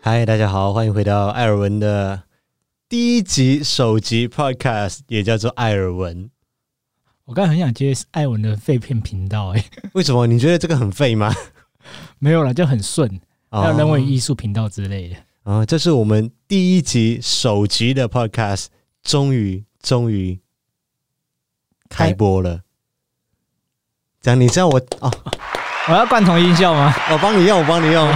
嗨，大家好，欢迎回到艾尔文的第一集首集 podcast， 也叫做艾尔文。 我刚才很想接艾文的废片频道， 为什么？你觉得这个很废吗？ 没有啦，就很顺，还有人文艺术频道之类的。 这是我们第一集首集的 podcast， 终于开播了。这样你知道我要罐头音效吗？ 我帮你用。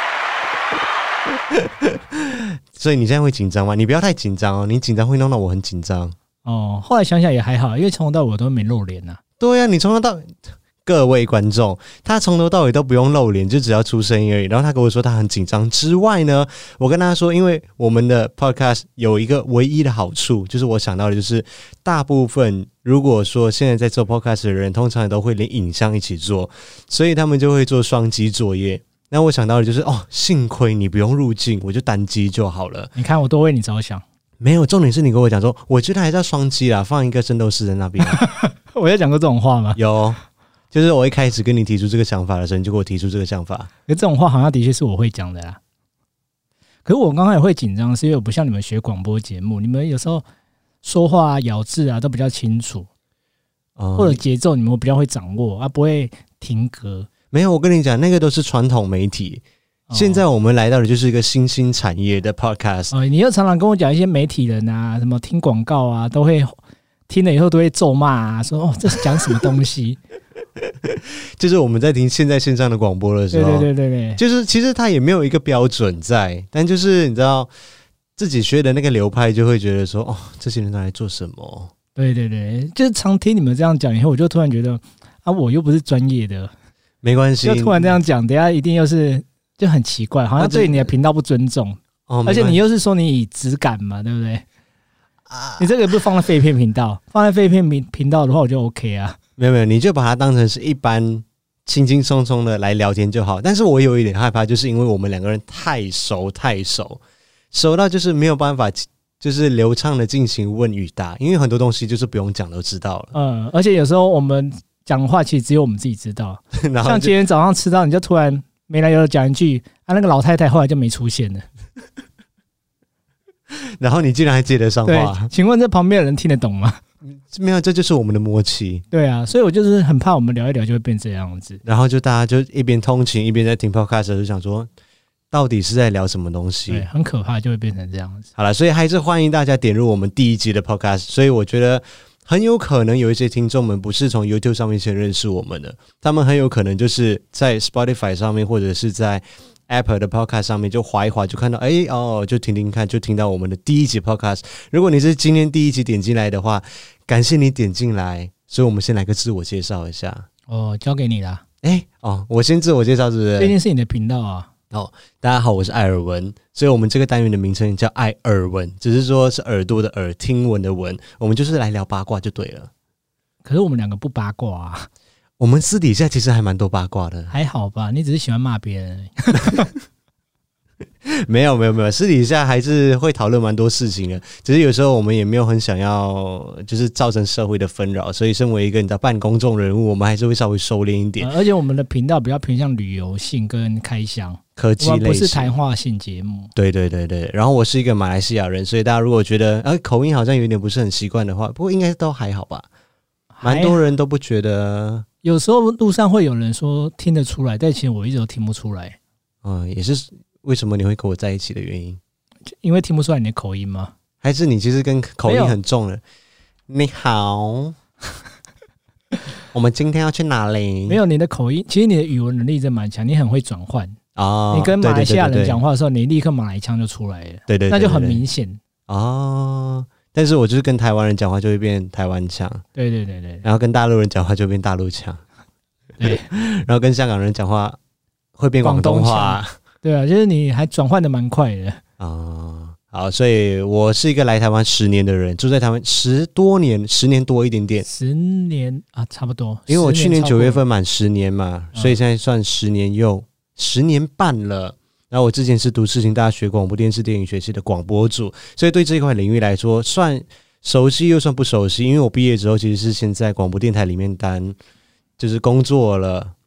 所以你现在会紧张吗？你不要太紧张哦，你紧张会弄到我很紧张。 后来想想也还好，因为从头到尾我都没露脸啊。 对啊，你从头到各位观众，他从头到尾都不用露脸，就只要出声音而已。然后他跟我说他很紧张之外呢，我跟他说，因为我们的 podcast 有一个唯一的好处，就是我想到的就是大部分如果说现在在做 podcast 的人，通常都会连影像一起做，所以他们就会做双机作业。那我想到的就是幸亏你不用入镜，我就单机就好了。 你看我多为你着想。 没有，重点是你跟我讲说，我觉得还是要双机啦，放一个圣斗士在那边。 我有讲过这种话吗？ 有，就是我一开始跟你提出这个想法的时候，你就给我提出这个想法。 可这种话好像的确是我会讲的啦。可是我刚开始会紧张，是因为我不像你们学广播节目，你们有时候说话咬字都比较清楚，或者节奏你们比较会掌握不会停格。 没有，我跟你讲，那个都是传统媒体。现在我们来到的就是一个新兴产业的 podcast。 你又常常跟我讲一些媒体人什么听广告都会听了以后都会咒骂说这是讲什么东西。 就是我们在听现在线上的广播的时候，对，就是其实它也没有一个标准在，但就是你知道自己学的那个流派，就会觉得说这些人都来做什么？对， 就是常听你们这样讲以后，我就突然觉得我又不是专业的。 没关系， 就突然这样讲，等一下一定又是就很奇怪，好像对你的频道不尊重。而且你又是说你以质感嘛，对不对？你这个不是放在废片频道，放在废片频道的话，我就 OK 啊。 没有，你就把它当成是一般轻轻松松的来聊天就好。但是我有一点害怕，就是因为我们两个人太熟到就是没有办法，就是流畅的进行问与答，因为很多东西就是不用讲都知道了。 而且有时候我们讲话其实只有我们自己知道。像今天早上吃到，你就突然没来由的讲一句那个老太太后来就没出现了。 然后你竟然还接得上话？ 对，请问这旁边的人听得懂吗？ 没有，这就是我们的默契。 对啊，所以我就是很怕我们聊一聊就会变这样子。 然后就大家就一边通勤一边在听 podcast， 就想说到底是在聊什么东西？ 对，很可怕，就会变成这样子。 好了，所以还是欢迎大家点入我们第一集的 podcast。所以我觉得很有可能有一些听众们不是从 YouTube 上面先认识我们的，他们很有可能就是在 Spotify 上面或者是在 Apple 的 podcast 上面就滑一滑就看到就听听看，就听到我们的第一集 podcast。如果你是今天第一集点进来的话，感谢你点进来。所以我们先来个自我介绍一下。 交给你啦。 我先自我介绍是不是？ 毕竟是你的频道啊。 大家好，我是艾尔文。所以我们这个单元的名称叫艾尔文，只是说是耳朵的耳，听闻的闻。我们就是来聊八卦就对了。 可是我们两个不八卦啊。 我们私底下其实还蛮多八卦的。 还好吧，你只是喜欢骂别人而已。没有，私底下还是会讨论蛮多事情的，只是有时候我们也没有很想要就是造成社会的纷扰，所以身为一个你知道半公众人物，我们还是会稍微收敛一点。 而且我们的频道比较偏向旅游性跟开箱科技类型， 不是谈话性节目。 对，然后我是一个马来西亚人，所以大家如果觉得口音好像有点不是很习惯的话，不过应该都还好吧，蛮多人都不觉得。 有时候路上会有人说听得出来，但其实我一直都听不出来。 也是为什么你会跟我在一起的原因？ 因为听不出来你的口音吗？ 还是你其实跟口音很重了？你好，我们今天要去哪里？ 没有，你的口音，其实你的语文能力真蛮强，你很会转换。你跟马来西亚人讲话的时候，你立刻马来腔就出来了。对，那就很明显。 但是我就是跟台湾人讲话就会变台湾腔。对，然后跟大陆人讲话就变大陆腔。对，然后跟香港人讲话会变广东话。 对啊，就是你还转换的蛮快的。 好，所以我是一个来台湾10年的人，住在台湾10多年，10年多一点点。 10年差不多。 因为我去年9月份满10年嘛，所以现在算10年又10年半了。然后我之前是读世新大学广播电视电影学系的广播组，所以对这一块领域来说算熟悉又算不熟悉。因为我毕业之后其实是先在广播电台里面就是工作了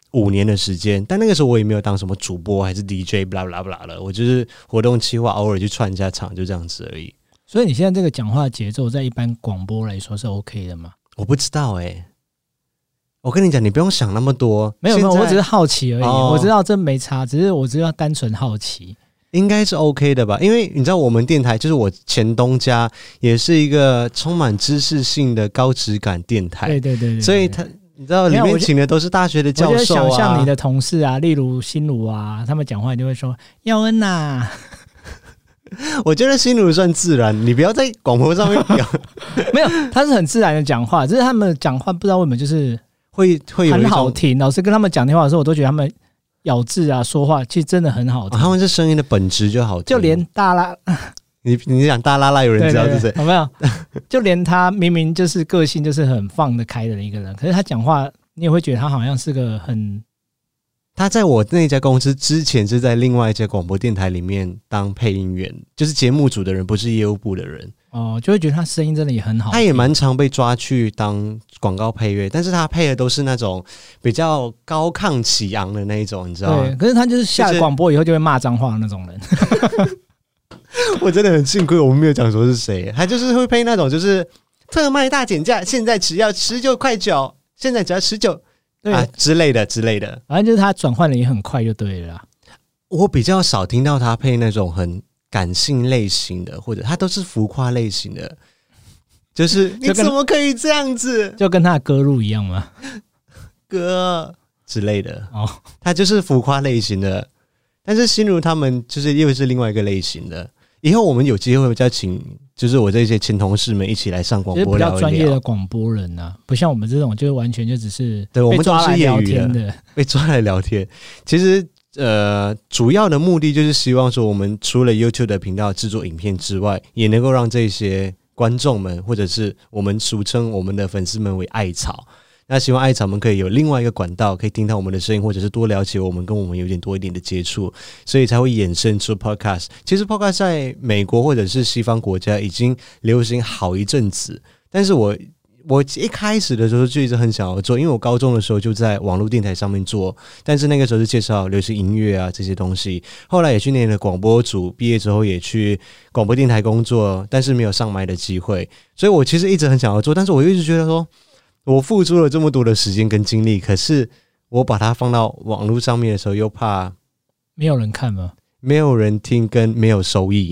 5年的时间，但那个时候我也没有当什么主播还是 DJ blah blah blah 了，我就是活动企划，偶尔去串一下场，就这样子而已。 所以你现在这个讲话节奏，在一般广播来说是 OK 的吗？ 我不知道我跟你讲，你不用想那么多。 没有，我只是好奇而已。我知道这没差，只是我只要单纯好奇。 应该是 OK 的吧？因为你知道，我们电台就是我前东家，也是一个充满知识性的高质感电台。对，所以你知道里面请的都是大学的教授啊。我就想象你的同事啊，例如心如啊，他们讲话就会说耀恩呐。 我觉得心如算自然，你不要在广播上面讲。 没有，他是很自然的讲话，只是他们讲话不知道为什么就是会很好听。老师跟他们讲电话的时候，我都觉得他们咬字啊、说话其实真的很好听。 他们是声音的本质就好听， 就连大拉， 你讲大拉拉，有人知道是谁？ 有没有？就连他明明就是个性就是很放得开的一个人，可是他讲话，你也会觉得他好像是个很…… 他在我那家公司之前是在另外一家广播电台里面当配音员，就是节目组的人，不是业务部的人。 就会觉得他声音真的也很好。 他也蛮常被抓去当广告配乐，但是他配的都是那种比较高亢起昂的那一种，你知道吗？ 对，可是他就是下了广播以后就会骂脏话的那种人。 我真的很幸亏我们没有讲说是谁，他就是会配那种就是特卖大减价，现在只要19.9，现在只要19。之类的， 反正就是他转换的也很快就对了啦。 我比较少听到他配那种很感性类型的，或者他都是浮夸类型的，就是你怎么可以这样子？ 就跟他的歌路一样吗？ 歌之类的他就是浮夸类型的。但是心如他们就是又是另外一个类型的。以后我们有机会再请，就是我这些前同事们一起来上广播聊一聊， 比较专业的广播人啊，不像我们这种就完全就只是对我们抓来聊天的， 被抓来聊天。其实主要的目的就是希望说，我们除了 YouTube 的频道制作影片之外，也能够让这些观众们，或者是我们俗称我们的粉丝们为艾草。那希望艾草们可以有另外一个管道，可以听到我们的声音，或者是多了解我们，跟我们有点多一点的接触，所以才会衍生出 Podcast。其实 Podcast 在美国或者是西方国家已经流行好一阵子，但是我一开始的时候就一直很想要做，因为我高中的时候就在网络电台上面做，但是那个时候是介绍流行音乐啊这些东西。后来也去念了广播组，毕业之后也去广播电台工作，但是没有上麦的机会，所以我其实一直很想要做，但是我又一直觉得说，我付出了这么多的时间跟精力，可是我把它放到网络上面的时候，又怕没有人看吗？ 没有人听跟没有收益。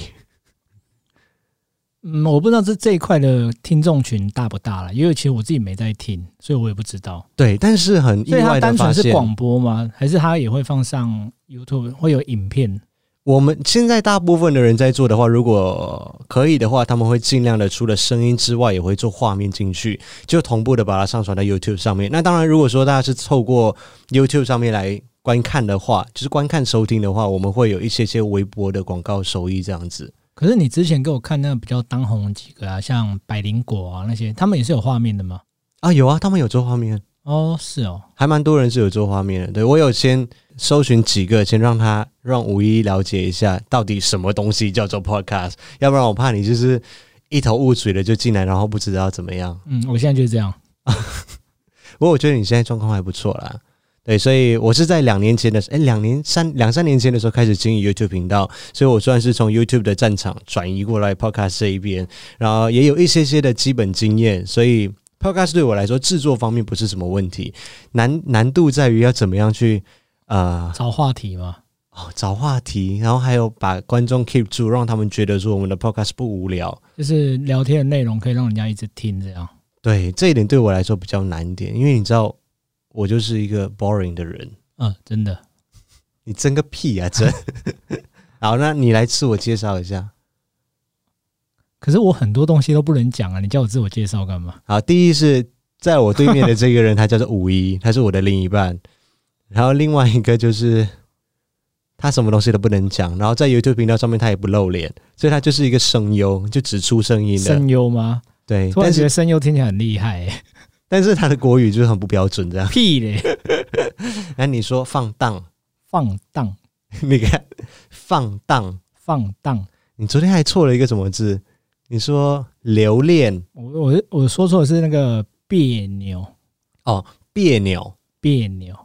我不知道这一块的听众群大不大啦，因为其实我自己没在听，所以我也不知道。 对，但是很意外的发现，所以它单纯是广播吗？还是它也会放上 YouTube 会有影片？ 我们现在大部分的人在做的话，如果可以的话，他们会尽量的除了声音之外，也会做画面进去，就同步的把它上传到 YouTube 上面。那当然，如果说大家是透过 YouTube 上面来观看的话，就是观看收听的话，我们会有一些微薄的广告收益这样子。 可是你之前给我看那个比较当红的几个啊，像百灵果啊那些，他们也是有画面的吗？ 有啊，他们有做画面。 是哦， 还蛮多人是有做画面的。对，我有先搜寻几个，先让五一了解一下到底什么东西叫做 podcast， 要不然我怕你就是一头雾水的就进来，然后不知道怎么样。 我现在就是这样。 不过我觉得你现在状况还不错啦。对，所以我是在2年前的两三年前的时候开始经营 YouTube 频道，所以我算是从 YouTube 的战场转移过来 podcast 这一边，然后也有一些的基本经验，所以 podcast 对我来说制作方面不是什么问题，难度在于要怎么样去找话题吗？ 找话题，然后还有把观众 keep 住，让他们觉得说我们的 podcast 不无聊， 就是聊天的内容可以让人家一直听这样。 对，这一点对我来说比较难一点，因为你知道我就是一个 boring 的人。 真的。 你争个屁啊，真。好，那你来自我介绍一下。 可是我很多东西都不能讲啊，你叫我自我介绍干嘛？ 好，第一是在我对面的这个人，他叫做五一，他是我的另一半。然后另外一个就是他什么东西都不能讲，然后在 YouTube 频道上面他也不露脸，所以他就是一个声优，就只出声音的。 声优吗？ 对， 突然觉得声优听起来很厉害耶。 但是他的国语就是很不标准，这样。 屁嘞！ 那你说放荡，你看放荡，你昨天还错了一个什么字？你说留恋，我说错的是那个别扭。 别扭。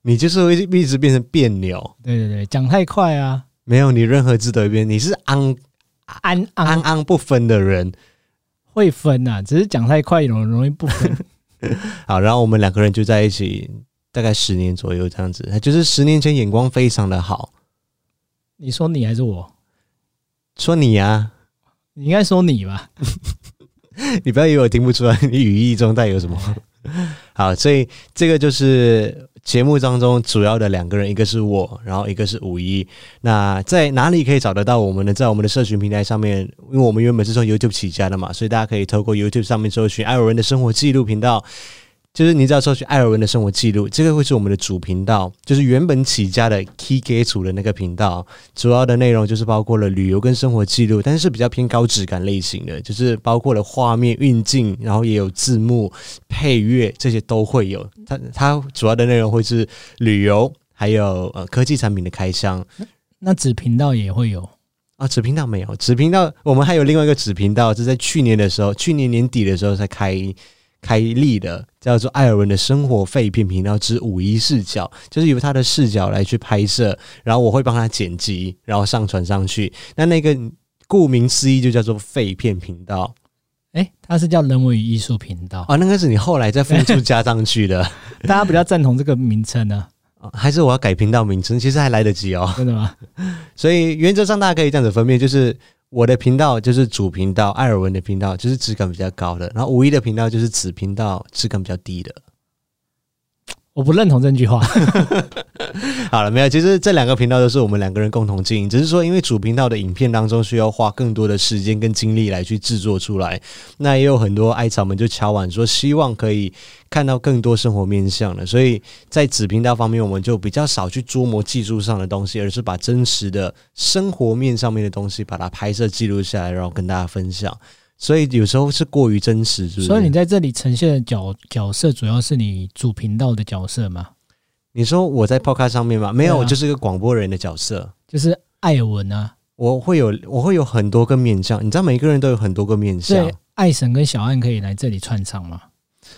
你就是会一直变成别扭。 对对对，讲太快啊， 没有你任何字都会变，你是安不分的人。 会分啊，只是讲太快容易不分。 好，然后我们2个人就在一起大概10年左右这样子，就是10年前眼光非常的好。 你说你还是我？ 说你啊， 你应该说你吧。 你不要以为我听不出来你语义中带有什么。好，所以这个就是节目当中主要的2个人，一个是我，然后一个是51。那在哪里可以找得到我们呢？在我们的社群平台上面，因为我们原本是从 YouTube 起家的嘛，所以大家可以透过 YouTube 上面搜寻艾尔文的生活记录频道，就是你只要搜寻艾尔文的生活记录，这个会是我们的主频道，就是原本起家的 Key 给主的那个频道。主要的内容就是包括了旅游跟生活记录，但是比较偏高质感类型的，就是包括了画面运镜，然后也有字幕、配乐，这些都会有。它主要的内容会是旅游，还有科技产品的开箱。 那子频道也会有啊？子频道没有，子频道我们还有另外一个子频道，是在去年年底的时候才开立的，叫做艾尔文的生活废片频道之51视角，就是由他的视角来去拍摄，然后我会帮他剪辑，然后上传上去。那个顾名思义就叫做废片频道。 它是叫人文与艺术频道啊，那个是你后来再附注加上去的。 大家比较赞同这个名称呢？ 还是我要改频道名称？其实还来得及哦。 真的吗？ 所以原则上大家可以这样子分辨，就是我的频道就是主频道，艾尔文的频道就是质感比较高的，然后51的频道就是子频道，质感比较低的。 我不认同这句话。 好了，没有，其实这2个频道都是我们2个人共同经营，只是说因为主频道的影片当中需要花更多的时间跟精力来去制作出来，那也有很多艾草们就敲碗说希望可以看到更多生活面向的，所以在子频道方面我们就比较少去琢磨技术上的东西，而是把真实的生活面上面的东西把它拍摄记录下来，然后跟大家分享。所以有时候是过于真实，是不是？ 所以你在这里呈现的角色主要是你主频道的角色吗？ 你说我在 Podcast 上面吗？没有，我就是个广播人的角色， 就是艾尔文啊。 我会有很多个面向，你知道每个人都有很多个面向。 对，艾神跟小安可以来这里串场吗？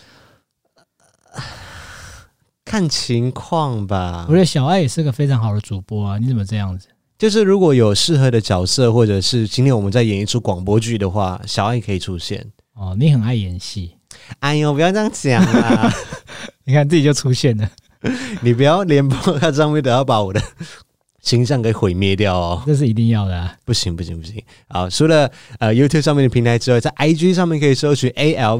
看情况吧。 我觉得小艾也是个非常好的主播啊，你怎么这样子？ 就是如果有适合的角色，或者是今天我们在演一出广播剧的话，小艾可以出现。 哦，你很爱演戏。 哎呦，不要这样讲啊！ 你看自己就出现了。 你不要连播上面都要把我的形象给毁灭掉哦， 这是一定要的啊！ 不行。好，除了YouTube 上面的平台之外，在 IG 上面可以搜寻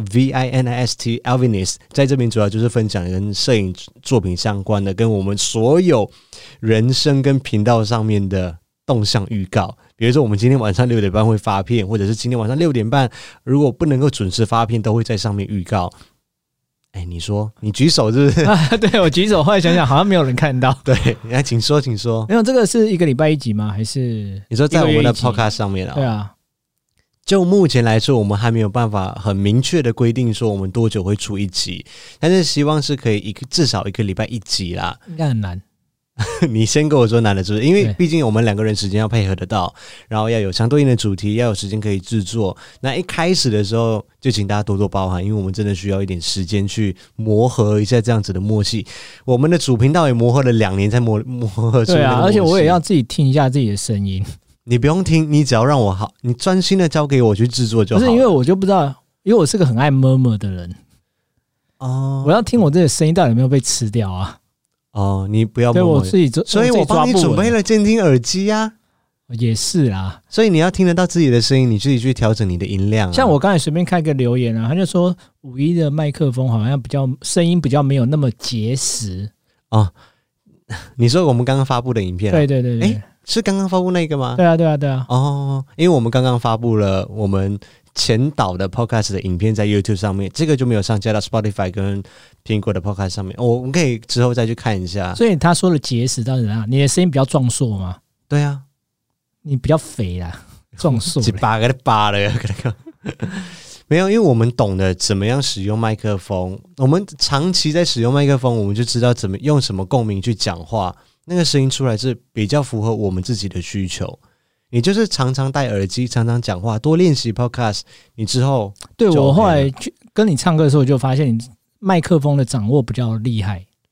ALVINIST Alvinist， 在这边主要就是分享跟摄影作品相关的，跟我们所有人生跟频道上面的动向预告。比如说我们今天晚上6点半会发片，或者是今天晚上6点半如果不能够准时发片，都会在上面预告。你说你举手是不是？ 对，我举手，后来想想好像没有人看到。 对，来请说。没有，这个是1个礼拜1集吗？还是你说在我们的 podcast 上面啊？ 对啊， 就目前来说，我们还没有办法很明确的规定说我们多久会出1集，但是希望是可以至少1个礼拜1集啦。 应该很难。 你先跟我说难的是不是？因为毕竟我们2个人时间要配合得到，然后要有相对应的主题，要有时间可以制作。那一开始的时候就请大家多多包涵，因为我们真的需要一点时间去磨合一下这样子的默契。我们的主频道也磨合了2年才磨合出来。 对啊，而且我也要自己听一下自己的声音。 你不用听，你只要让我好，你专心的交给我去制作就好。 不是因为我就不知道，因为我是个很爱 murmur 的人哦，我要听我这个声音到底有没有被吃掉啊？ 哦，你不要对我自己， 所以我帮你准备了监听耳机啊。 也是啦， 所以你要听得到自己的声音，你自己去调整你的音量啊。 像我刚才随便看个留言啊，他就说51的麦克风好像声音比较没有那么结实哦。你说我们刚刚发布的影片啊？ 对， 是刚刚发布那个吗？ 对啊。 哦，因为我们刚刚发布了我们前导的 podcast 的影片在 YouTube 上面，这个就没有上架到 Spotify 跟苹果的 podcast 上面。我们可以之后再去看一下。 所以他说的结实到底怎样？你的声音比较壮硕吗？ 对啊， 你比较肥啦，壮硕。 几把给他扒了，没有，因为我们懂得怎么样使用麦克风，我们长期在使用麦克风，我们就知道怎么用什么共鸣去讲话，那个声音出来是比较符合我们自己的需求。你就是常常戴耳机，常常讲话，多练习 podcast， 你之后对我后来跟你唱歌的时候，我就发现你麦克风的掌握比较厉害。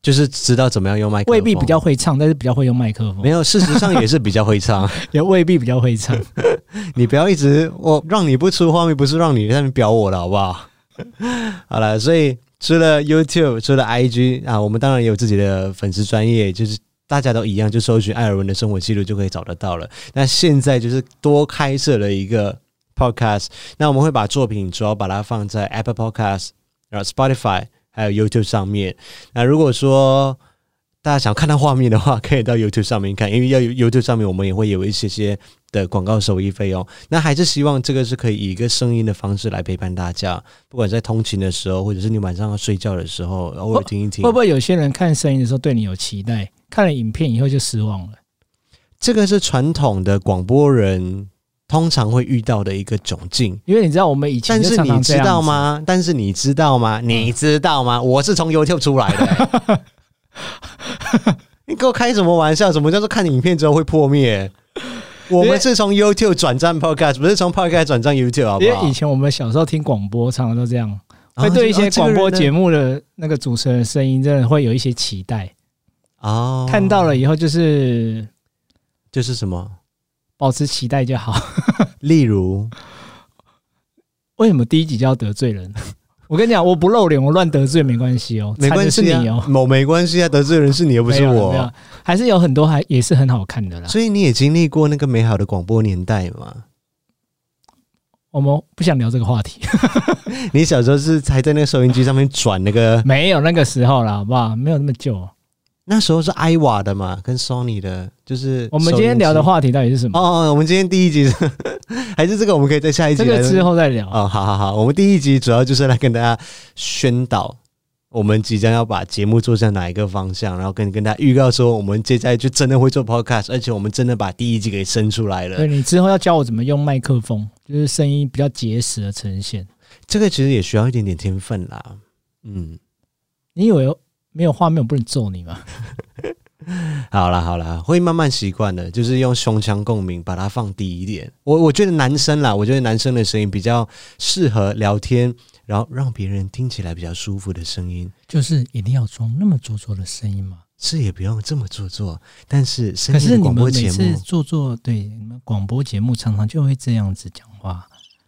就是知道怎么样用麦克风， 未必比较会唱，但是比较会用麦克风。 没有，事实上也是比较会唱， 也未必比较会唱。 你不要一直我让你不出画面，不是让你在那边表我的好不好？好了，所以除了 YouTube， 除了 IG 啊，我们当然也有自己的粉丝专页，就是大家都一样，就搜寻艾尔文的生活记录就可以找得到了。那现在就是多开设了一个 Podcast， 那我们会把作品主要把它放在 Apple Podcast， 然后 Spotify。还有 YouTube 上面，那如果说大家想看到画面的话，可以到 YouTube 上面看，因为要 YouTube 上面我们也会有一些的广告收益费用。那还是希望这个是可以以一个声音的方式来陪伴大家，不管在通勤的时候，或者是你晚上要睡觉的时候，偶尔听一听。 会不会有些人看声音的时候对你有期待，看了影片以后就失望了？ 这个是传统的广播人通常会遇到的一个窘境， 因为你知道我们以前就常常这样子。 但是你知道吗？我是从 YouTube 出来的、你给我开什么玩笑？什么叫做看影片之后会破灭？我们是从 YouTube 转战 Podcast， 不是从 Podcast 转战 YouTube， 好不好？ 因为以前我们小时候听广播，常常都这样，会对一些广播节目的那个主持人的声音，真的会有一些期待。哦，看到了以后就是什么？ 保持期待就好。 例如， 为什么第一集就要得罪人？我跟你讲，我不露脸，我乱得罪没关系哦， 没关系啊， 你哦， 没关系啊，得罪人是你，又不是我。 没有，还是有很多也是很好看的啦。 所以你也经历过那个美好的广播年代嘛？ 我们不想聊这个话题。 你小时候是还在那个收音机上面转那个？ 没有那个时候啦，好不好？没有那么旧。 那时候是艾瓦的嘛，跟 Sony 的，就是我们今天聊的话题到底是什么？ 我们今天第一集还是这个，我们可以在下一集这个之后再聊。 好，我们第一集主要就是来跟大家宣导，我们即将要把节目做向哪一个方向，然后跟大家预告说，我们接下来就真的会做 podcast， 而且我们真的把第一集给生出来了。 对，你之后要教我怎么用麦克风，就是声音比较结实的呈现。 这个其实也需要一点点天分啦。 你以为没有画面我不能揍你吗？ 好啦，会慢慢习惯的，就是用胸腔共鸣把它放低一点。我觉得男生的声音比较适合聊天，然后让别人听起来比较舒服的声音。 就是一定要装那么做作的声音吗？ 是也不用这么做作，但是深夜的广播节目， 可是你们每次做对，你们广播节目常常就会这样子讲话。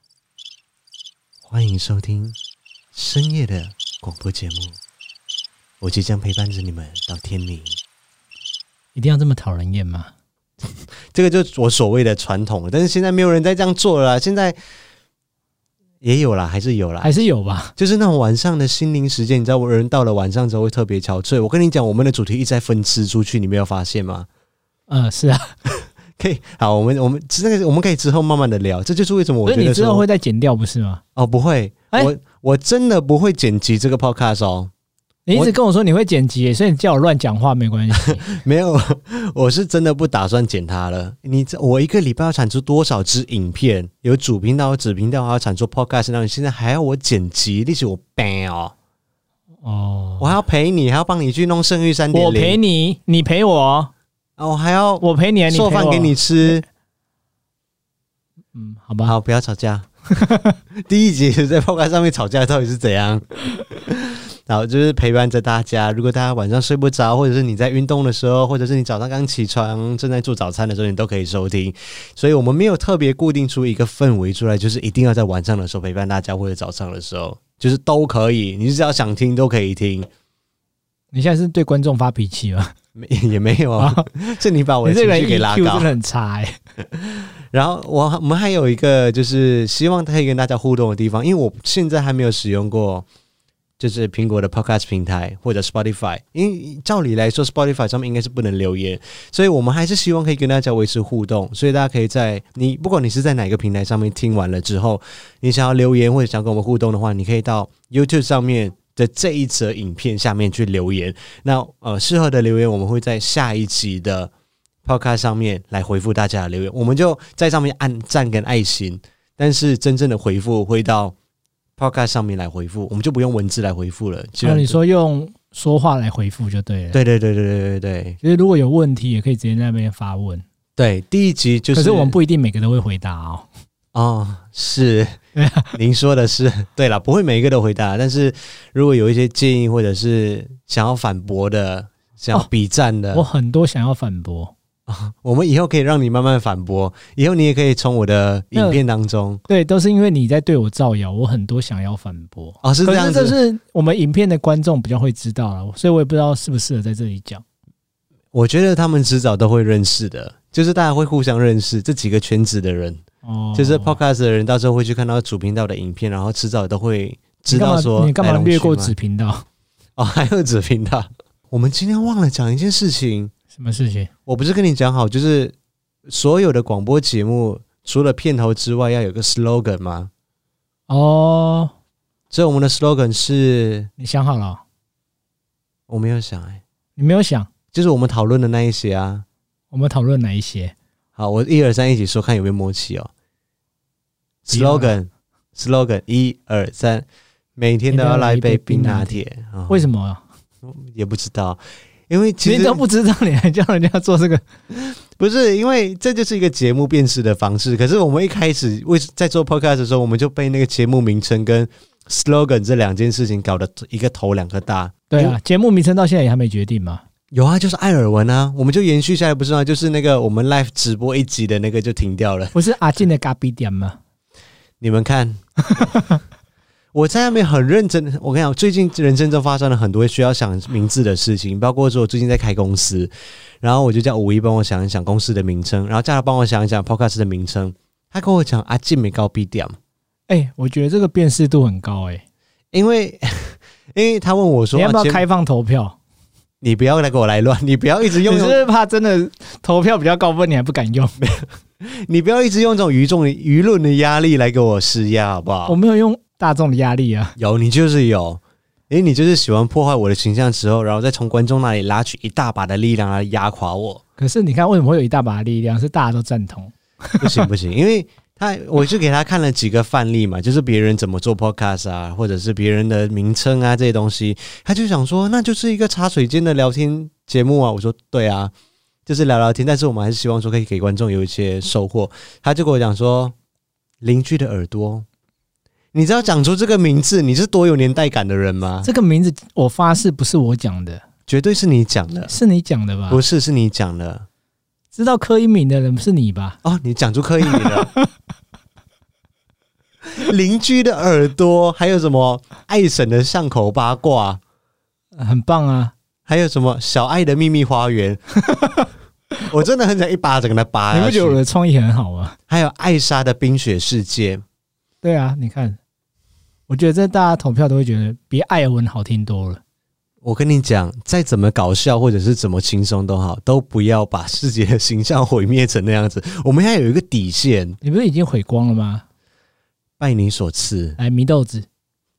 欢迎收听深夜的广播节目，我即将陪伴着你们到天明。 一定要这么讨人厌吗？ 这个就是我所谓的传统，但是现在没有人在这样做了啦。现在也有啦，还是有吧。就是那种晚上的心灵时间，你知道，人到了晚上之后会特别憔悴。我跟你讲，我们的主题一直在分支出去，你没有发现吗？ 是啊。 可以，好，我们这个我们可以之后慢慢的聊。这就是为什么我觉得说， 你之后会再剪掉，不是吗？ 不会，我真的不会剪辑这个 podcast 哦。 你一直跟我说你会剪辑，所以你叫我乱讲话没关系。 没有，我是真的不打算剪它了。我一个礼拜要产出多少支影片？有主频道、子频道，还要产出 podcast， 然后你现在还要我剪辑，你是我病哦。我还要陪你，还要帮你去弄圣域3.0。 我陪你，你陪我。 还要我陪你， 做饭给你吃。 好吧， 好，不要吵架。第一集在 podcast 上面吵架到底是怎样？然后就是陪伴着大家，如果大家晚上睡不着，或者是你在运动的时候，或者是你早上刚起床正在做早餐的时候，你都可以收听。所以我们没有特别固定出一个氛围出来，就是一定要在晚上的时候陪伴大家，或者早上的时候，就是都可以，你只要想听都可以听。 你现在是对观众发脾气吗？ 也没有啊，是你把我的情绪给拉高， 你这个 EQ 真的很差然后我们还有一个就是希望可以跟大家互动的地方，因为我现在还没有使用过就是苹果的 Podcast 平台或者 Spotify， 因为照理来说 Spotify 上面应该是不能留言，所以我们还是希望可以跟大家维持互动，所以大家可以不管你是在哪个平台上面听完了之后，你想要留言或者想跟我们互动的话，你可以到 YouTube 上面的这一则影片下面去留言。那适合的留言我们会在下一集的 Podcast 上面来回复大家的留言，我们就在上面按赞跟爱心，但是真正的回复会到 Podcast 上面来回复，我们就不用文字来回复了。 你说用说话来回复就对了。 对， 其实如果有问题也可以直接在那边发问。 对，第一集就是， 可是我们不一定每个都会回答哦，是，您说的是对啦，不会每一个都回答，但是如果有一些建议或者是想要反驳的、想要比战的， 我很多想要反驳。 我们以后可以让你慢慢反驳，以后你也可以从我的影片当中， 对，都是因为你在对我造谣，我很多想要反驳。 哦，是这样子， 可是这是我们影片的观众比较会知道了，所以我也不知道适不适合在这里讲。 我觉得他们迟早都会认识的，就是大家会互相认识这几个圈子的人，就是 podcast 的人，到时候会去看到主频道的影片，然后迟早都会知道说你干嘛略过子频道？ 哦，还有子频道。我们今天忘了讲一件事情。 什么事情？ 我不是跟你讲好，就是所有的广播节目除了片头之外要有个 slogan 吗？ 哦， 所以我们的 slogan 是你想好了哦？ 我没有想你没有想？ 就是我们讨论的那一些啊。 我们讨论哪一些？ 好，我1、2、3一起说，看有没有默契哦。slogan 1、2、3，每天都要来一杯冰拿铁。 为什么啊？ 也不知道。因为其实你都不知道，你还叫人家做这个？ 不是，因为这就是一个节目辨识的方式。可是我们一开始在做 podcast 的时候，我们就被那个节目名称跟 slogan 这两件事情搞得一个头两个大。 对啊，节目名称到现在也还没决定嘛。 有啊，就是艾尔文啊，我们就延续下来，不是吗？就是那个我们 live 直播一集的那个就停掉了。 不是阿进的咖比点吗？ 你们看。我在那边很认真，我跟你讲，最近人生中发生了很多需要想名字的事情，包括说我最近在开公司，然后我就叫51帮我想一想公司的名称，然后叫他帮我想一想 podcast 的名称，他跟我讲阿进没高 B 点， 我觉得这个辨识度很高因为他问我说你要不要开放投票？ 你不要来给我来乱，你不要一直用， 你是不是怕真的投票比较高分，你还不敢用？ 你不要一直用这种舆论的压力来给我施压，好不好？ 我没有用大众的压力啊， 有，你就是有，你就是喜欢破坏我的形象之后，然后再从观众那里拉取一大把的力量来压垮我。 可是你看，为什么会有一大把的力量？是大家都赞同？ 不行不行，因为我就给他看了几个范例嘛，就是别人怎么做 podcast 啊，或者是别人的名称啊这些东西，他就想说，那就是一个茶水间的聊天节目啊。我说对啊，就是聊聊天，但是我们还是希望说可以给观众有一些收获。他就跟我讲说，邻居的耳朵。你知道讲出这个名字，你是多有年代感的人吗？ 这个名字我发誓不是我讲的， 绝对是你讲的。 是你讲的吧？ 不是，是你讲的。 知道柯以敏的人是你吧？ 哦，你讲出柯以敏了。邻居的耳朵，还有什么爱婶的巷口八卦， 很棒啊！ 还有什么小爱的秘密花园。我真的很想一巴掌给他扒下去。 你不觉得我的创意很好吗？ 还有艾莎的冰雪世界。 对啊，你看。我觉得这大家投票都会觉得比艾尔文好听多了。 我跟你讲，再怎么搞笑或者是怎么轻松都好，都不要把世界的形象毁灭成那样子。我们现在有一个底线。 你不是已经毁光了吗？ 拜你所赐。 来，祢豆子。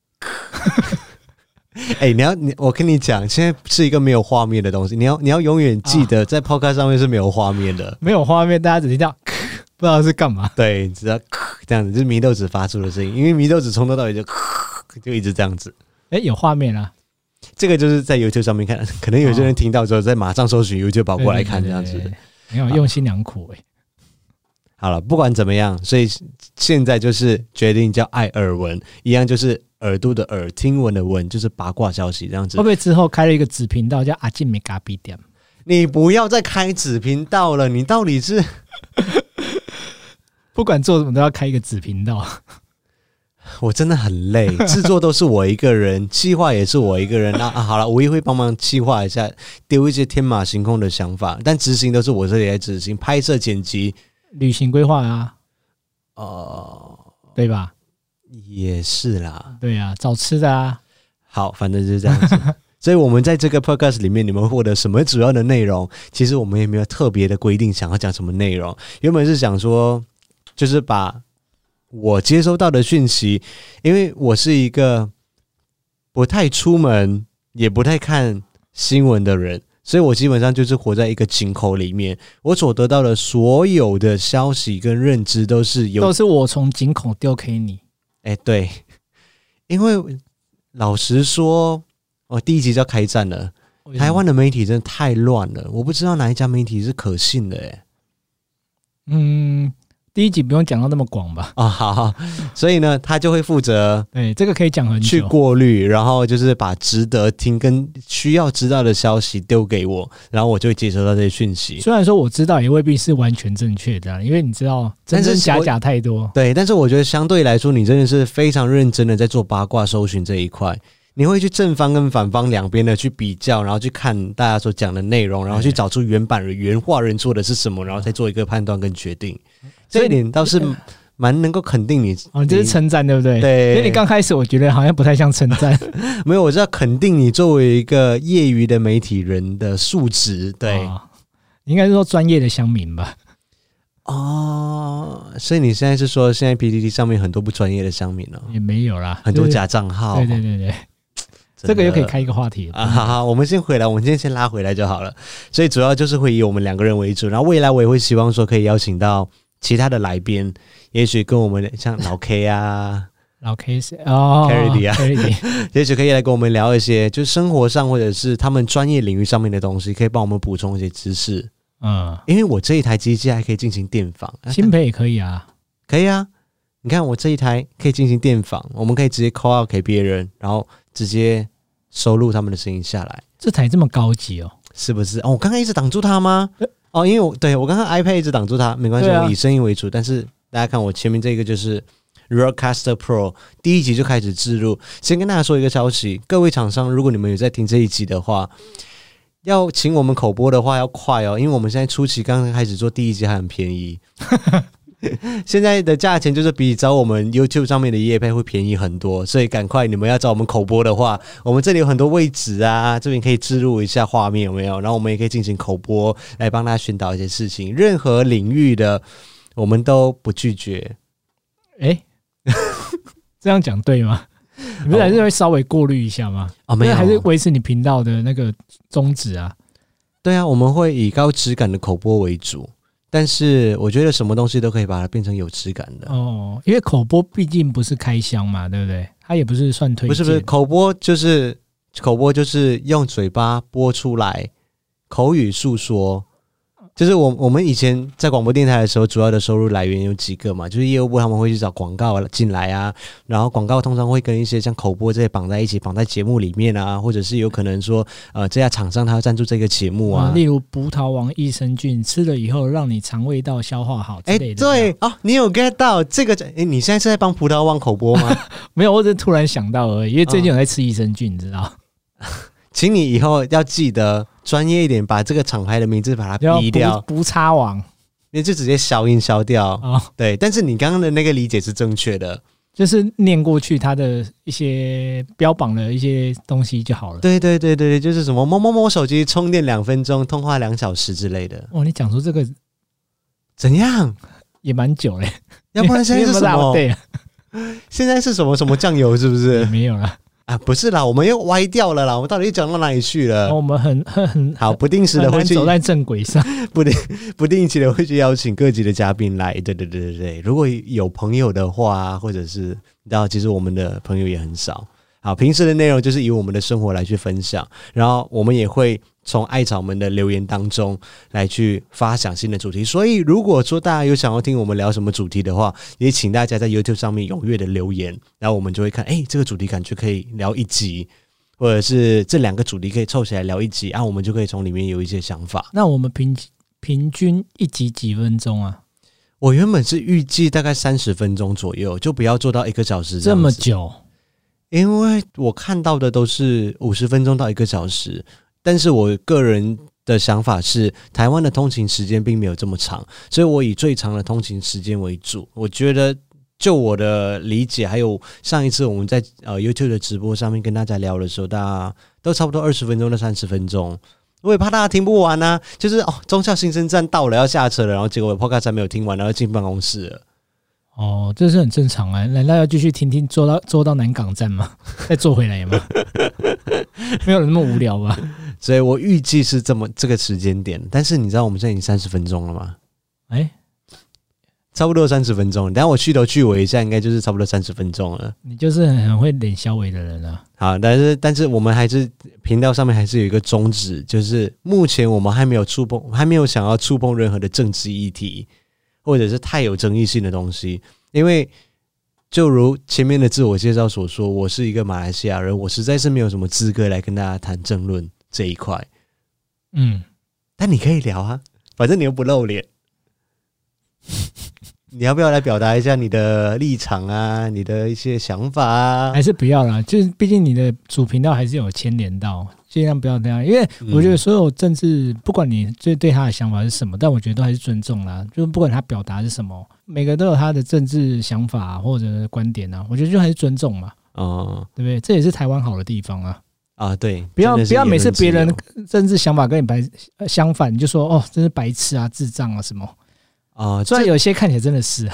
我跟你讲，现在是一个没有画面的东西，你要永远记得，在 podcast 上面是没有画面的。 没有画面，大家只听到不知道是干嘛。 对，只要这样子，就是祢豆子发出的声音，因为祢豆子从头到尾就一直这样子。 有画面啊。 这个就是在 YouTube 上面看，可能有些人听到之后，再马上搜寻 YouTube 跑过来看这样子。 没有用心良苦好了，不管怎么样，所以现在就是决定叫艾尔文，一样就是耳朵的耳，听闻的闻，就是八卦消息这样子。 会不会之后开了一个子频道叫阿进没咖比点？ 你不要再开子频道了，你到底是不管做什么都要开一个子频道。 我真的很累，制作都是我一个人，企划也是我一个人。好了，我也会帮忙企划一下，丢一些天马行空的想法，但执行都是我这里来执行，拍摄、剪辑、 旅行规划啊，对吧？ 也是啦， 对啊，找吃的啊。 好，反正就是这样子。所以我们在这个 podcast 里面，你们获得什么主要的内容？其实我们也没有特别的规定想要讲什么内容。原本是想说，就是把我接收到的讯息，因为我是一个不太出门也不太看新闻的人，所以我基本上就是活在一个井口里面。我所得到的所有的消息跟认知都是我从井口丢给你。 对，因为老实说，第一集就要开战了。台湾的媒体真的太乱了，我不知道哪一家媒体是可信的。 第一集不用讲到那么广吧？ 好，所以呢，他就会负责， 对，这个可以讲很久， 去过滤，然后就是把值得听跟需要知道的消息丢给我，然后我就会接收到这些讯息。 虽然说我知道也未必是完全正确的，因为你知道真真假假太多。 对，但是我觉得相对来说，你真的是非常认真的在做八卦搜寻这一块。你会去正方跟反方两边的去比较，然后去看大家所讲的内容，然后去找出原版人原话人做的是什么，然后再做一个判断跟决定。这一点倒是蛮能够肯定你。 这是称赞对不对？ 对， 因为你刚开始我觉得好像不太像称赞。 没有，我是要肯定你作为一个业余的媒体人的素质。对， 应该是说专业的乡民吧。 所以你现在是说现在 PTT 上面很多不专业的乡民哦？ 也没有啦， 很多假账号。对。 这个又可以开一个话题好，我们先回来，我们今天先拉回来就好了。所以主要就是会以我们两个人为主，然后未来我也会希望说可以邀请到其他的来宾，也许跟我们像老 K 啊， 老 K 是Carry 啊，也许可以来跟我们聊一些就是生活上或者是他们专业领域上面的东西，可以帮我们补充一些知识。因为我这一台机器还可以进行电访， 新培也可以啊， 可以啊。你看我这一台可以进行电访，我们可以直接 call out 给别人，然后直接收录他们的声音下来。 这台这么高级哦， 是不是？我刚刚一直挡住它吗？因为我刚刚 iPad 一直挡住它，没关系，我以声音为主。但是大家看我前面这个就是 Rodecaster Pro， 第一集就开始置入。先跟大家说一个消息，各位厂商，如果你们有在听这一集的话，要请我们口播的话要快哦，因为我们现在初期刚刚开始做第一集还很便宜。现在的价钱就是比找我们 YouTube 上面的业配会便宜很多，所以赶快你们要找我们口播的话，我们这里有很多位置啊，这边可以置入一下画面有没有？然后我们也可以进行口播来帮大家宣导一些事情，任何领域的我们都不拒绝。 这样讲对吗？你们还是会稍微过滤一下吗？ 没有， 还是维持你频道的那个宗旨啊？ 对啊，我们会以高质感的口播为主。但是我觉得什么东西都可以把它变成有质感的因为口播毕竟不是开箱嘛，对不对？它也不是算推荐， 不是口播就是用嘴巴播出来，口语诉说。就是我们以前在广播电台的时候，主要的收入来源有几个嘛，就是业务部他们会去找广告进来啊，然后广告通常会跟一些像口播这些绑在一起，绑在节目里面啊，或者是有可能说这家厂商他要赞助这个节目啊， 例如葡萄王益生菌吃了以后让你肠胃道消化好之类的。 对你有 get 到这个？你现在是在帮葡萄王口播吗？ 没有，我只是突然想到而已，因为最近有在吃益生菌，你知道。 请你以后要记得专业一点，把这个厂牌的名字把它逼掉， 不插网， 你就直接消音消掉。对，但是你刚刚的那个理解是正确的， 就是念过去它的一些标榜的一些东西就好了。 对，就是什么某某某手机充电2分钟，通话2小时之类的。 你讲出这个怎样？ 也蛮久嘞， 要不然现在是什么？现在是什么酱油？是不是？ 没有啦。 不是啦，我们又歪掉了啦，我们到底讲到哪里去了？ 我们很好，不定时的会去走在正轨上， 不定期的会去邀请各级的嘉宾来。对，如果有朋友的话，或者是你知道，其实我们的朋友也很少。好，平时的内容就是以我们的生活来去分享，然后我们也会从爱草们的留言当中来去发想新的主题。所以如果说大家有想要听我们聊什么主题的话，也请大家在 YouTube 上面踊跃的留言，然后我们就会看这个主题感觉可以聊一集，或者是这2个主题可以凑起来聊一集，我们就可以从里面有一些想法。 那我们平均一集几分钟啊？ 我原本是预计大概30分钟左右，就不要做到1个小时这么久。 因为我看到的都是50分钟到1个小时，但是我个人的想法是，台湾的通勤时间并没有这么长，所以我以最长的通勤时间为主。我觉得，就我的理解，还有上一次我们在YouTube 的直播上面跟大家聊的时候，大家都差不多20分钟到30分钟。我也怕大家听不完啊，就是忠孝新生站到了要下车了，然后结果 Podcast 还没有听完，然后进办公室了。 这是很正常啊，难道要继续听坐到南港站吗？再坐回来吗？没有那么无聊吧？ 所以我预计是这个时间点，但是你知道我们现在已经30分钟了吗？差不多30分钟，等一下我去头去尾一下，应该就是差不多30分钟了。 你就是很会脸消尾的人啊。 好，但是我们还是频道上面还是有一个宗旨，就是目前我们还没有想要触碰任何的政治议题， 或者是太有争议性的东西。因为就如前面的自我介绍所说，我是一个马来西亚人，我实在是没有什么资格来跟大家谈政论这一块。但你可以聊啊，反正你又不露脸。你要不要来表达一下你的立场啊，你的一些想法啊？ 还是不要啦，就是毕竟你的主频道还是有牵连到，尽量不要这样。因为我觉得所有政治，不管你对他的想法是什么，但我觉得都还是尊重啦。就是不管他表达是什么，每个都有他的政治想法啊，或者观点啊，我觉得就还是尊重嘛。对不对？这也是台湾好的地方啊。 对， 不要每次别人政治想法跟你相反，你就说哦，真是白痴啊、智障啊什么。虽然有些看起来真的是，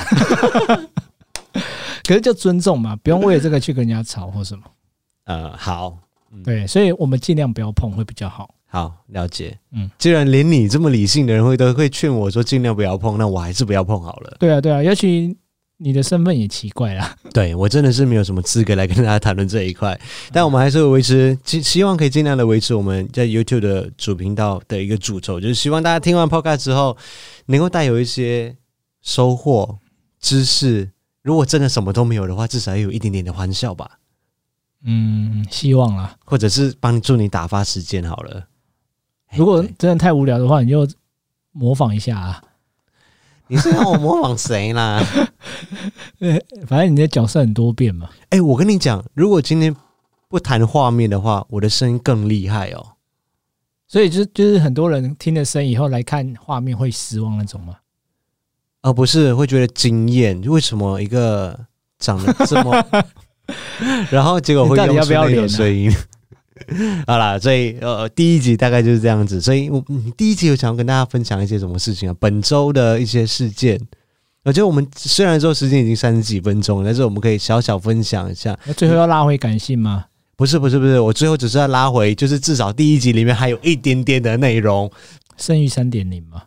可是就尊重嘛，不用为了这个去跟人家吵或什么。 好， 对，所以我们尽量不要碰会比较好。 好，了解。既然连你这么理性的人都会劝我说尽量不要碰，那我还是不要碰好了。 对啊，尤其你的身份也奇怪啦。 对，我真的是没有什么资格来跟大家谈论这一块，但我们还是会维持，希望可以尽量的维持我们在 YouTube 的主频道的一个主轴，就是希望大家听完 Podcast 之后能够带有一些收获、知识。如果真的什么都没有的话，至少要有一点点的欢笑吧。 希望啦， 或者是助你打发时间好了。 如果真的太无聊的话，你就模仿一下啊。 你是让我模仿谁啦？ 反正你的角色很多变嘛。 我跟你讲，如果今天不谈画面的话，我的声音更厉害哦。 所以就是很多人听了声以后来看画面会失望那种吗？ 不是，会觉得惊艳。为什么一个长得这么，然后结果会用出那种声音？好啦，所以第一集大概就是这样子。所以第一集有想要跟大家分享一些什么事情啊？本周的一些事件。我觉得我们虽然说时间已经30几分钟了，但是我们可以小小分享一下。 那最后要拉回感性吗？ 不是，我最后只是要拉回，就是至少第一集里面还有一点点的内容， 剩余 3.0 嘛。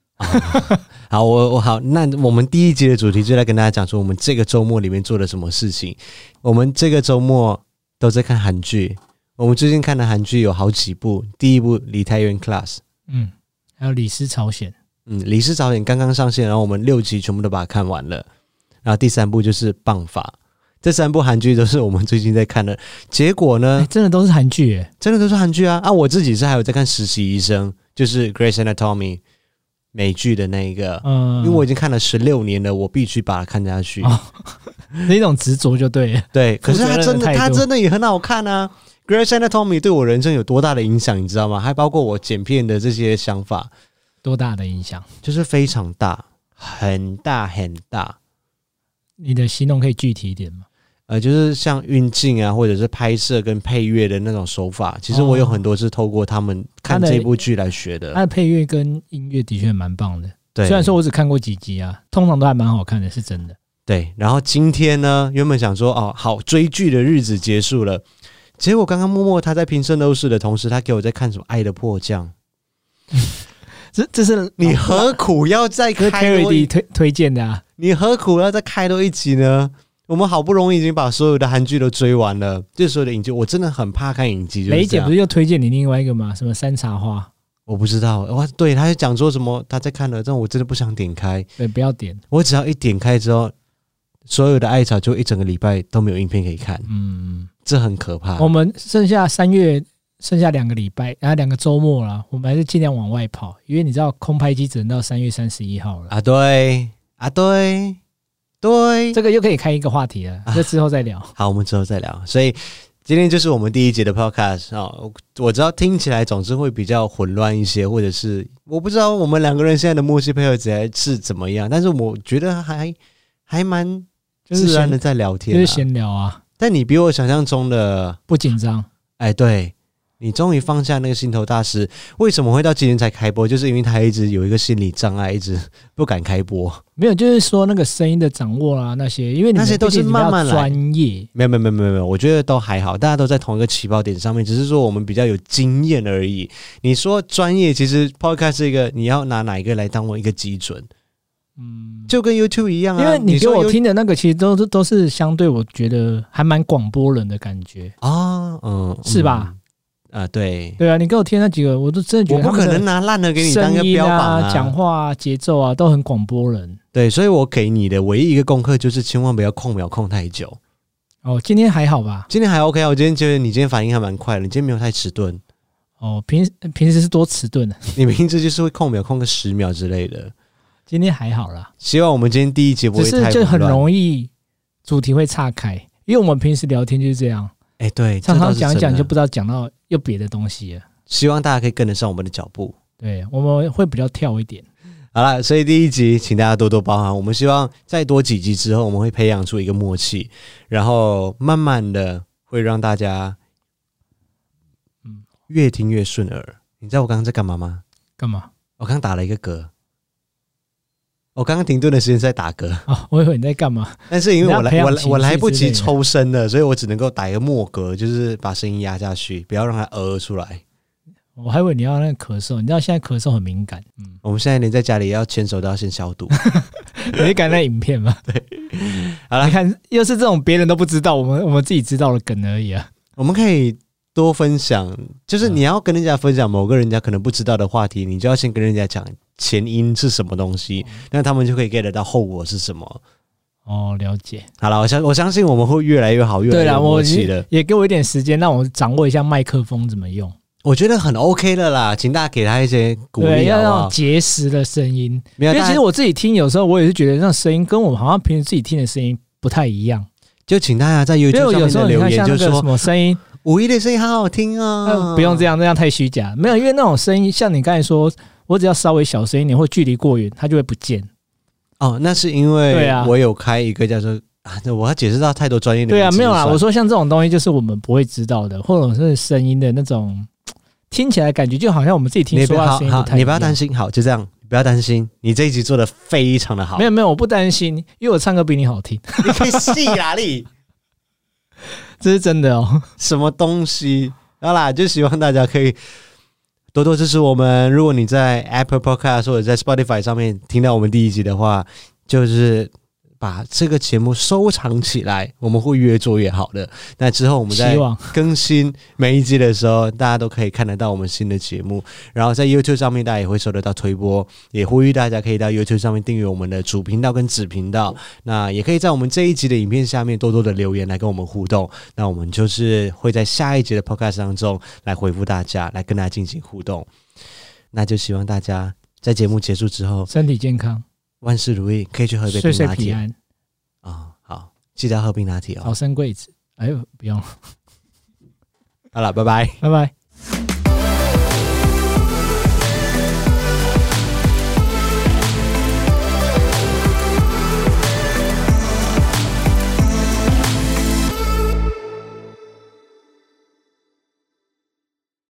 好，好，那我们第一集的主题就来跟大家讲说，我们这个周末里面做了什么事情。我们这个周末都在看韩剧。我们最近看的韩剧有好几部，第一部《梨泰院 Class》， 还有《李氏朝鲜》， 《李氏朝鲜》刚刚上线，然后我们6集全部都把它看完了。然后第3部就是《棒法》，这3部韩剧都是我们最近在看的。结果呢， 真的都是韩剧耶， 真的都是韩剧啊！我自己是还有在看《实习医生》，就是《Grey's Anatomy》美剧的那一个，因为我已经看了16年了，我必须把它看下去。 那种执着就对了。 对，可是它真的也很好看啊。Grey's Anatomy 对我人生有多大的影响，你知道吗？还包括我剪片的这些想法， 多大的影响？ 就是非常大，很大很大。 你的形容可以具体一点吗？ 就是像运镜啊，或者是拍摄跟配乐的那种手法，其实我有很多是透过他们看这部剧来学的。 他的配乐跟音乐的确蛮棒的， 对。 虽然说我只看过几集啊，通常都还蛮好看的，是真的。 对，然后今天呢，原本想说好追剧的日子结束了。结果刚刚默默他在评圣斗士的同时，他给我在看什么《爱的迫降》。这是你何苦要再开多推荐的啊？ 你何苦要再开多一集呢？我们好不容易已经把所有的韩剧都追完了，就是所有的影集，我真的很怕看影集。 雷姐不是又推荐你另外一个吗？什么山茶花？ 我不知道。对，他就讲说什么他在看了，但我真的不想点开。 对，不要点。我只要一点开之后，所有的艾草就一整个礼拜都没有影片可以看。这很可怕。我们剩下3月，剩下2个礼拜，然后2个周末了，我们还是尽量往外跑，因为你知道空拍机只能到3月31号了。 对， 这个又可以开一个话题了，这之后再聊。 好，我们之后再聊。所以今天就是我们第一集的 podcast 我知道听起来总是会比较混乱一些，或者是我不知道我们2个人现在的默契配合起来是怎么样，但是我觉得还蛮自然的在聊天， 就是闲聊啊。 但你比我想象中的不紧张。 对，你终于放下那个心头大石。为什么会到今天才开播？就是因为他一直有一个心理障碍，一直不敢开播。 没有，就是说那个声音的掌握啊，那些，因为你们那些都是慢慢来， 专业。 没有，我觉得都还好，大家都在同一个起跑点上面，只是说我们比较有经验而已。你说专业，其实 podcast 是一个，你要拿哪一个来当我一个基准？就跟 YouTube 一样啊。 因为你给我听的那个，其实都是相对，我觉得还蛮广播人的感觉啊，是吧？ 对对啊，你给我贴那几个，我都真的觉得我不可能拿烂的给你当个标榜啊， 讲话啊、节奏啊都很广播人。 对，所以我给你的唯一一个功课就是千万不要控秒控太久。 哦，今天还好吧？ 今天还 OK 啊，我今天觉得你今天反应还蛮快的，你今天没有太迟钝。 哦，平时是多迟钝的， 你平时就是会控秒控个10秒之类的。 今天还好啦。 希望我们今天第一集不会太混乱， 只是就很容易主题会岔开，因为我们平时聊天就是这样。 对， 常常讲一讲就不知道讲到又别的东西了。 希望大家可以跟得上我们的脚步。 对，我们会比较跳一点。 好了，所以第一集请大家多多包涵。我们希望再多几集之后，我们会培养出一个默契，然后慢慢的会让大家越听越顺耳。你知道我刚刚在干嘛吗？ 干嘛？ 我刚打了一个嗝。我刚刚停顿的时间是在打嗝。 我以为你在干嘛？ 但是因为我来不及抽声了，所以我只能够打一个默嗝，就是把声音压下去，不要让它出来。我还以为你要那个咳嗽，你知道现在咳嗽很敏感。 我们现在连在家里要牵手都要先消毒。 你看那影片吗？ 对，好了， 你看又是这种别人都不知道，我们自己知道的梗而已啊。 我们可以多分享，就是你要跟人家分享某个人家可能不知道的话题，你就要先跟人家讲前因是什么东西，那他们就可以 get 得到后果是什么。 哦，了解。 好了，我相信我们会越来越好，越来越有默契的。 也给我一点时间，让我掌握一下麦克风怎么用。 我觉得很 OK 的啦，请大家给他一些鼓励， 要那种结实的声音。 因为其实我自己听，有时候我也是觉得那声音跟我好像平时自己听的声音不太一样。 就请大家在 YouTube 上面的留言，就是说什么声音， 5一的声音好好听啊！ 不用这样，那样太虚假。没有，因为那种声音，像你刚才说，我只要稍微小声一点，或距离过远，它就会不见。 哦，那是因为我有开一个叫做我要解释到太多专业的。 对啊，没有啦。我说像这种东西，就是我们不会知道的，或者是声音的那种。听起来感觉就好像我们自己听说话的声音不太一样。 你不要担心，好，就这样，不要担心，你这一集做的非常的好。 没有，我不担心，因为我唱歌比你好听。 你可以戏啦你， 这是真的哦。 什么东西？好啦，就希望大家可以多多支持我们。如果你在 Apple Podcast 或者在 Spotify 上面听到我们第一集的话，就是把这个节目收藏起来，我们会越做越好的。那之后我们在更新每一集的时候，大家都可以看得到我们新的节目。然后在 YouTube 上面，大家也会收得到推播。也呼吁大家可以到 YouTube 上面订阅我们的主频道跟子频道。那也可以在我们这一集的影片下面多多的留言来跟我们互动。那我们就是会在下一集的 Podcast 当中来回复大家，来跟大家进行互动。那就希望大家在节目结束之后身体健康。 万事如意，可以去喝一杯冰拿铁， 岁岁平安好，记得要喝冰拿铁哦。 早生贵子，哎呦，不用了。 好了，拜拜， 拜拜。